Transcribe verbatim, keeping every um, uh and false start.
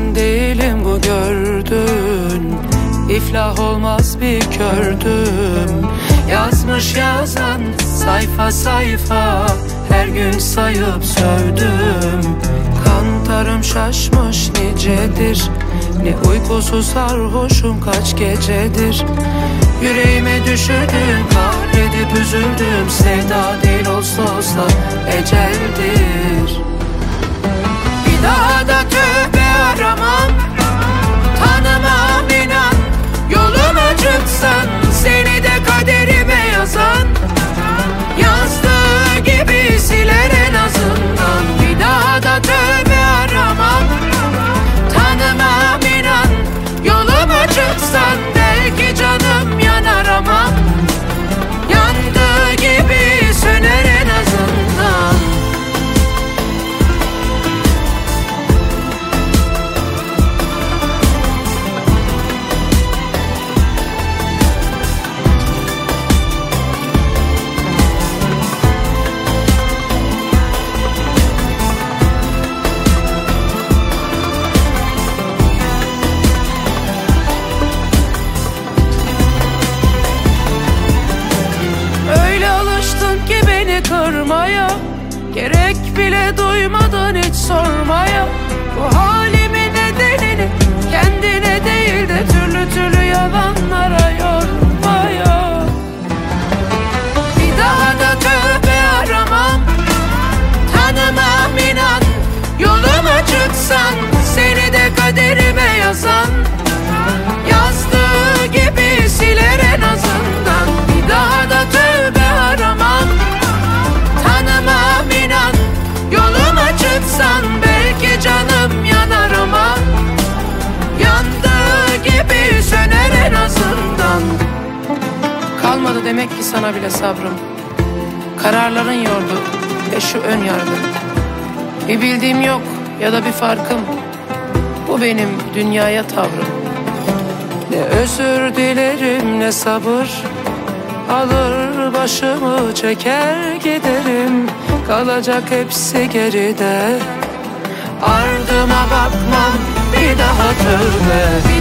ben değilim bu gördüğün. İflah olmaz bir kördüm. Yazmış yazan sayfa sayfa, her gün sayıp sövdüm. Kantarım şaşmış nicedir, ne uykusuz sarhoşum kaç gecedir. Yüreğime düşürdüm, kahredip üzüldüm. Sevda değil olsa olsa eceldir. Bir daha da tövbe aramam, tanımam inan. Yoluma çıksan, seni de kaderime yazan, yazdığı gibi siler en azından. Bir daha da tövbe aramam, tanımam inan. Yoluma çıksan belki canım yanar ama yandığı gibi söner en azından. Kırmaya, gerek bile duymadan hiç sormaya, bu halimin nedenini kendine değil de türlü türlü yalanlara yormaya. Bir daha da tövbe aramam, tanımam inan. Yoluma çıksan, seni de kaderime yazan, yazdığı gibi siler en azından. Bir daha da tövbe aramam, tanımam inan. Yoluma çıksan belki canım yanar ama yandığı gibi söner en azından. Kalmadı demek ki sana bile sabrım. Kararların yordu ve şu ön yargı. Bir bildiğim yok ya da bir farkım, bu benim dünyaya tavrım. Ne özür dilerim ne sabır, alır başımı çeker giderim. Kalacak hepsi geride, ardıma bakmam bir daha tövbe.